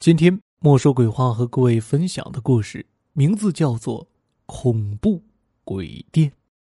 今天莫说鬼话和各位分享的故事名字叫做恐怖鬼店。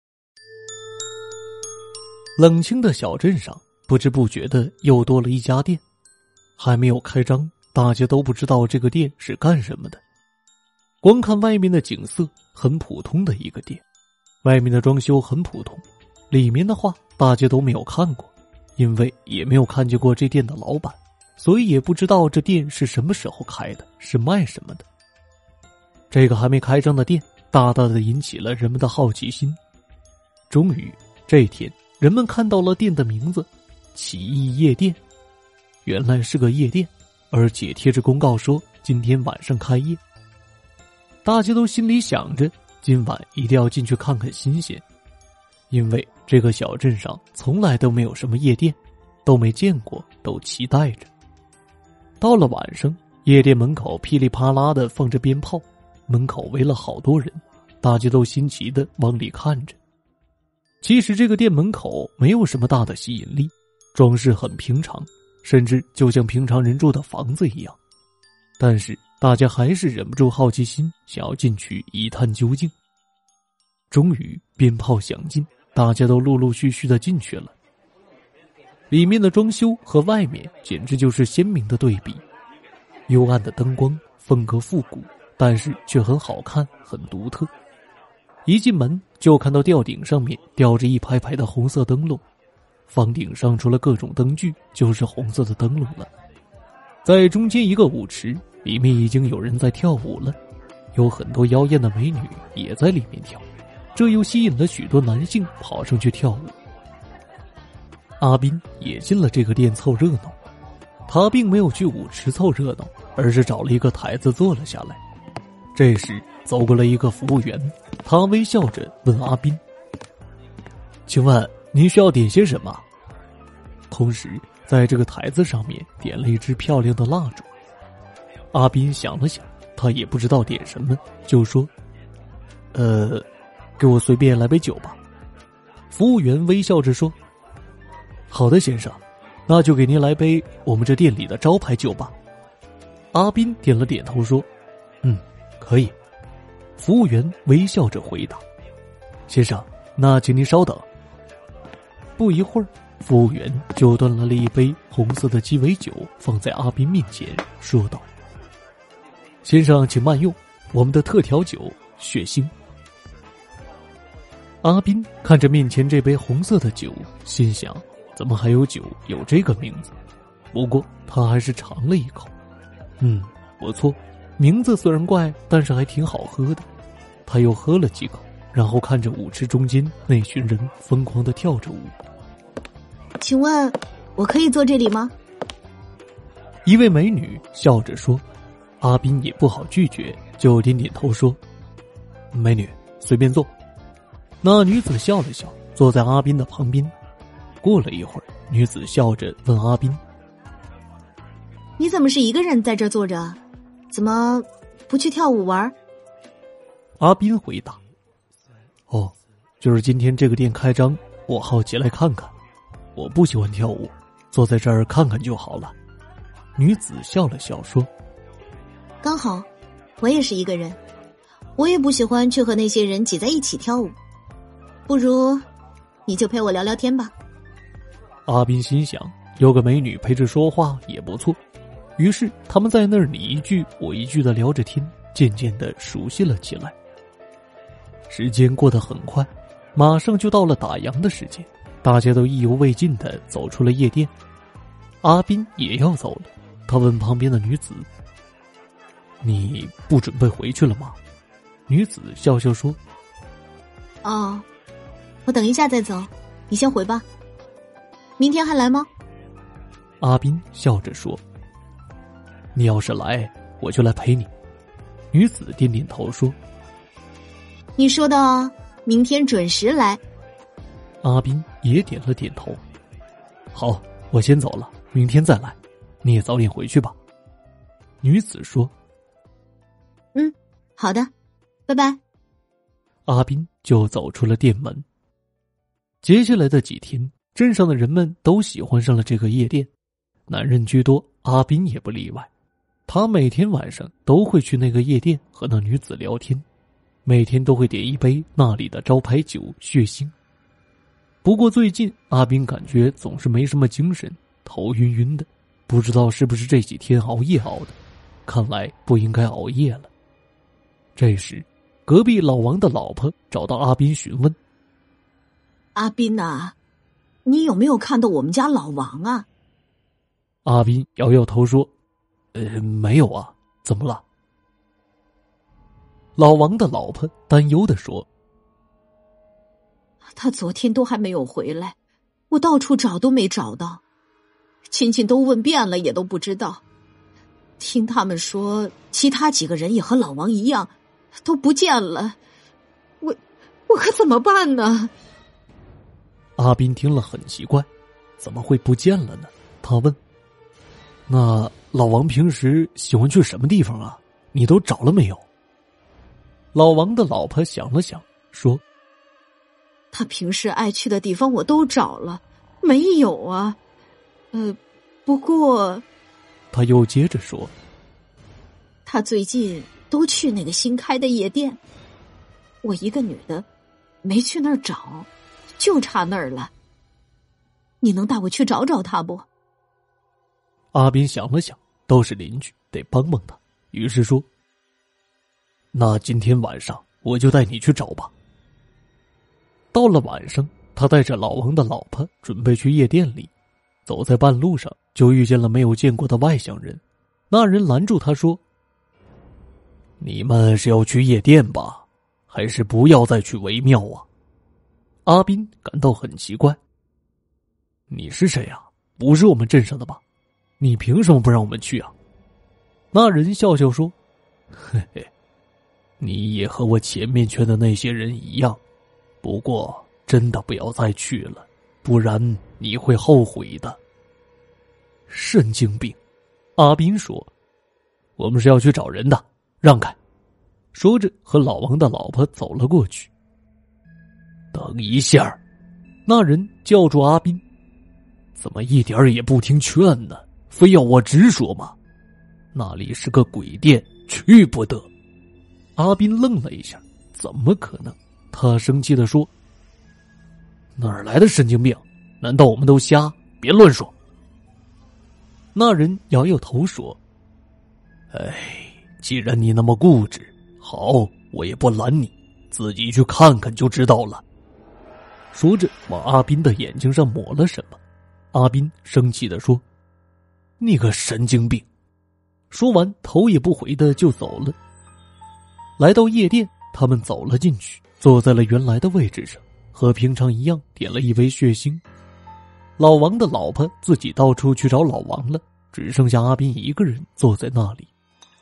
冷清的小镇上不知不觉的又多了一家店，还没有开张，大家都不知道这个店是干什么的。光看外面的景色，很普通的一个店，外面的装修很普通，里面的话大家都没有看过，因为也没有看见过这店的老板，所以也不知道这店是什么时候开的，是卖什么的。这个还没开张的店大大的引起了人们的好奇心。终于这天，人们看到了店的名字奇异夜店。原来是个夜店，而且贴着公告说今天晚上开业。大家都心里想着今晚一定要进去看看新鲜，因为这个小镇上从来都没有什么夜店，都没见过，都期待着。到了晚上，夜店门口噼里啪啦的放着鞭炮，门口围了好多人，大家都新奇的往里看着。其实这个店门口没有什么大的吸引力，装饰很平常，甚至就像平常人住的房子一样。但是大家还是忍不住好奇心，想要进去一探究竟。终于鞭炮响尽，大家都陆陆续续的进去了。里面的装修和外面简直就是鲜明的对比，幽暗的灯光，风格复古，但是却很好看，很独特。一进门就看到吊顶上面吊着一排排的红色灯笼，房顶上除了各种灯具就是红色的灯笼了。在中间一个舞池，里面已经有人在跳舞了，有很多妖艳的美女也在里面跳，这又吸引了许多男性跑上去跳舞。阿斌也进了这个店凑热闹，他并没有去舞池凑热闹，而是找了一个台子坐了下来。这时走过来一个服务员，他微笑着问阿斌：请问您需要点些什么？同时在这个台子上面点了一支漂亮的蜡烛。阿斌想了想，他也不知道点什么，就说给我随便来杯酒吧。服务员微笑着说：好的先生，那就给您来杯我们这店里的招牌酒吧。阿斌点了点头说：可以。服务员微笑着回答：先生，那请您稍等。不一会儿，服务员就端来了一杯红色的鸡尾酒放在阿斌面前，说道：先生请慢用，我们的特调酒血腥。阿斌看着面前这杯红色的酒，心想怎么还有酒有这个名字？不过他还是尝了一口，不错，名字虽然怪，但是还挺好喝的。他又喝了几口，然后看着舞池中间那群人疯狂地跳着舞。 请问我可以坐这里吗？ 一位美女笑着说。阿斌也不好拒绝，就点点头说：美女随便坐。那女子笑了笑，坐在阿斌的旁边。过了一会儿，女子笑着问阿斌： 你怎么是一个人在这坐着？怎么不去跳舞玩？ 阿斌回答：就是今天这个店开张，我好奇来看看，我不喜欢跳舞，坐在这儿看看就好了。女子笑了笑说： 刚好我也是一个人，我也不喜欢去和那些人挤在一起跳舞，不如你就陪我聊聊天吧。 阿斌心想，有个美女陪着说话也不错，于是他们在那儿你一句我一句的聊着天，渐渐的熟悉了起来。时间过得很快，马上就到了打烊的时间，大家都意犹未尽的走出了夜店。阿斌也要走了，他问旁边的女子：你不准备回去了吗？女子笑笑说： 我等一下再走，你先回吧。明天还来吗？ 阿斌笑着说：你要是来，我就来陪你。女子点点头说： 你说的明天准时来。 阿斌也点了点头。好，我先走了，明天再来，你也早点回去吧。女子说： 好的，拜拜。 阿斌就走出了店门。接下来的几天，镇上的人们都喜欢上了这个夜店，男人居多，阿斌也不例外。 他每天晚上都会去那个夜店和那女子聊天，每天都会点一杯那里的招牌酒血腥。不过最近阿斌感觉总是没什么精神，头晕晕的，不知道是不是这几天熬夜熬的，看来不应该熬夜了。这时隔壁老王的老婆找到阿斌询问： 阿斌啊，你有没有看到我们家老王啊？ 阿斌摇摇头说：没有啊，怎么了？老王的老婆担忧地说： 他昨天都还没有回来，我到处找都没找到，亲戚都问遍了也都不知道。听他们说其他几个人也和老王一样都不见了，我可怎么办呢？ 阿斌听了很奇怪，怎么会不见了呢？他问：那老王平时喜欢去什么地方啊？你都找了没有？老王的老婆想了想说： 他平时爱去的地方我都找了，没有啊。不过他又接着说： 他最近都去那个新开的夜店，我一个女的没去那儿找，就差那儿了。你能带我去找找他不？ 阿斌想了想，都是邻居，得帮帮他，于是说：那今天晚上我就带你去找吧。到了晚上，他带着老王的老婆准备去夜店里，走在半路上就遇见了没有见过的外乡人。那人拦住他说：你们是要去夜店吧？还是不要再去为妙啊？阿斌感到很奇怪。你是谁啊？不是我们镇上的吧？你凭什么不让我们去啊？那人笑笑说：嘿嘿，你也和我前面劝的那些人一样，不过真的不要再去了，不然你会后悔的。神经病！阿斌说：我们是要去找人的，让开。说着和老王的老婆走了过去。等一下！那人叫住阿斌：怎么一点也不听劝呢？非要我直说吗？那里是个鬼店，去不得。阿斌愣了一下，怎么可能？他生气地说：哪儿来的神经病？难道我们都瞎？别乱说。那人摇摇头说：既然你那么固执，好，我也不拦你，自己去看看就知道了。说着往阿斌的眼睛上抹了什么。阿斌生气地说：你个神经病！说完头也不回的就走了。来到夜店，他们走了进去，坐在了原来的位置上，和平常一样点了一杯血腥。老王的老婆自己到处去找老王了，只剩下阿斌一个人坐在那里。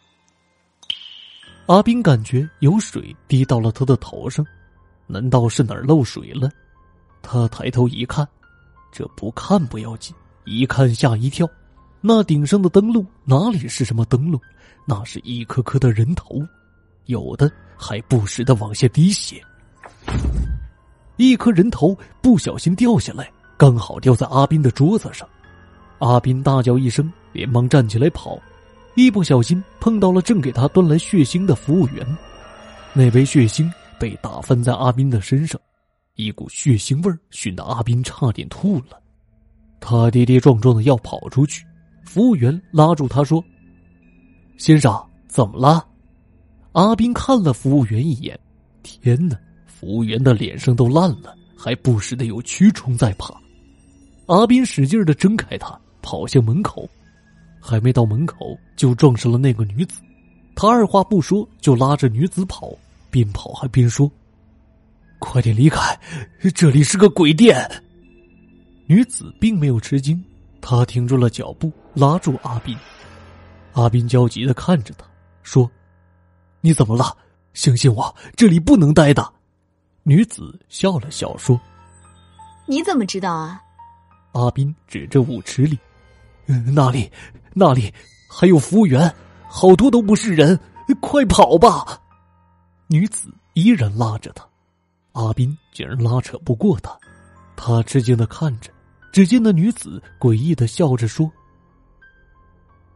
阿斌感觉有水滴到了他的头上，难道是哪儿漏水了？他抬头一看，这不看不要紧，一看吓一跳。那顶上的灯笼哪里是什么灯笼，那是一颗颗的人头，有的还不时的往下滴血。一颗人头不小心掉下来，刚好掉在阿斌的桌子上。阿斌大叫一声，连忙站起来跑，一不小心碰到了正给他端来血腥的服务员。那杯血腥被打翻在阿斌的身上，一股血腥味熏得阿斌差点吐了。他跌跌撞撞的要跑出去，服务员拉住他说：先生，怎么了？阿斌看了服务员一眼，天哪，服务员的脸上都烂了，还不时的有蛆虫在爬。阿斌使劲的挣开他，跑向门口，还没到门口就撞上了那个女子。他二话不说就拉着女子跑，边跑还边说：快点离开，这里是个鬼店。女子并没有吃惊，她停住了脚步，拉住阿斌。阿斌焦急地看着她，说：你怎么了？相信我，这里不能待的。女子笑了笑说： 你怎么知道啊？ 阿斌指着舞池里：那里还有服务员，好多都不是人，快跑吧！女子依然拉着他，阿斌竟然拉扯不过他。他吃惊地看着，只见那女子诡异地笑着说：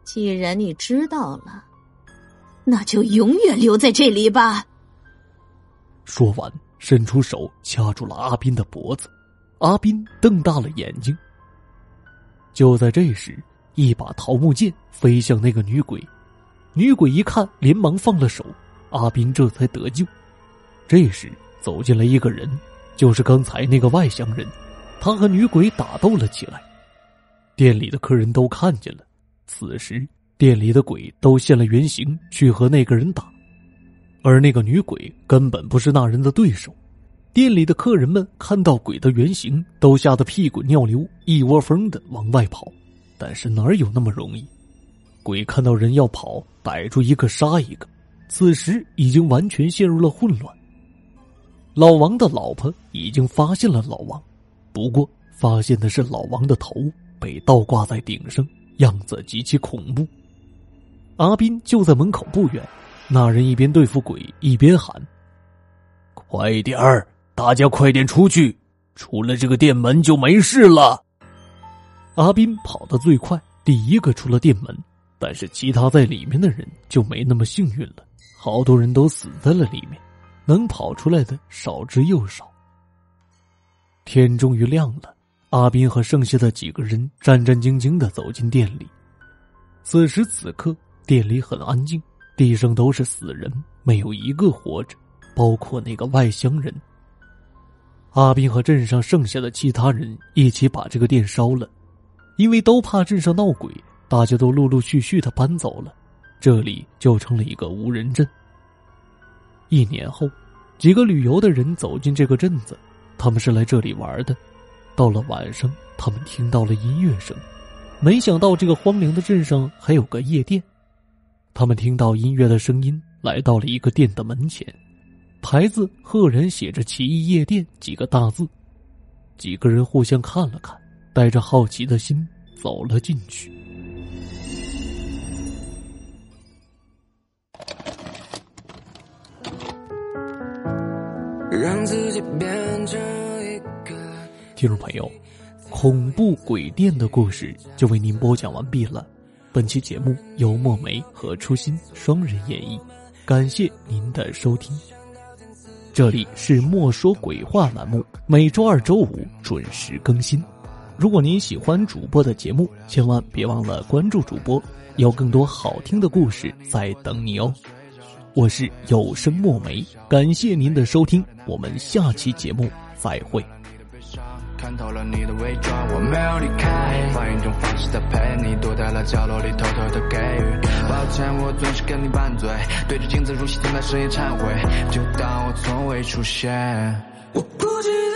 既然你知道了，那就永远留在这里吧。 说完，伸出手掐住了阿斌的脖子。阿斌瞪大了眼睛。就在这时，一把桃木剑飞向那个女鬼。女鬼一看，连忙放了手。阿斌这才得救。这时走进来一个人，就是刚才那个外乡人，他和女鬼打斗了起来。店里的客人都看见了，此时店里的鬼都现了原形去和那个人打，而那个女鬼根本不是那人的对手。店里的客人们看到鬼的原形，都吓得屁滚尿流，一窝蜂的往外跑。但是哪有那么容易？鬼看到人要跑，逮住一个杀一个，此时已经完全陷入了混乱。老王的老婆已经发现了老王，不过发现的是老王的头被倒挂在顶上，样子极其恐怖。阿斌就在门口不远，那人一边对付鬼一边喊：快点儿，大家快点出去，出了这个店门就没事了。阿斌跑得最快，第一个出了店门，但是其他在里面的人就没那么幸运了，好多人都死在了里面，能跑出来的少之又少。天终于亮了，阿斌和剩下的几个人战战兢兢地走进店里。此时此刻，店里很安静，地上都是死人，没有一个活着，包括那个外乡人。阿斌和镇上剩下的其他人一起把这个店烧了，因为都怕镇上闹鬼，大家都陆陆续续地搬走了，这里就成了一个无人镇。1年后，几个旅游的人走进这个镇子，他们是来这里玩的。到了晚上，他们听到了音乐声，没想到这个荒凉的镇上还有个夜店。他们听到音乐的声音，来到了一个店的门前，牌子赫然写着奇异夜店几个大字。几个人互相看了看，带着好奇的心走了进去。 让自己变成一个听众朋友，恐怖鬼店的故事就为您播讲完毕了。本期节目由墨梅和初心双人演绎，感谢您的收听。这里是莫说鬼话栏目，每周2、周5准时更新。如果您喜欢主播的节目，千万别忘了关注主播，有更多好听的故事在等你哦。我是有声墨梅，感谢您的收听，我们下期节目再会。 看透了你的伪装，我没有离开，换一种方式在陪你，躲在了角落里偷偷的给予。抱歉，我总是跟你拌嘴，对着镜子入戏，听到深夜忏悔，就当我从未出现。我不知道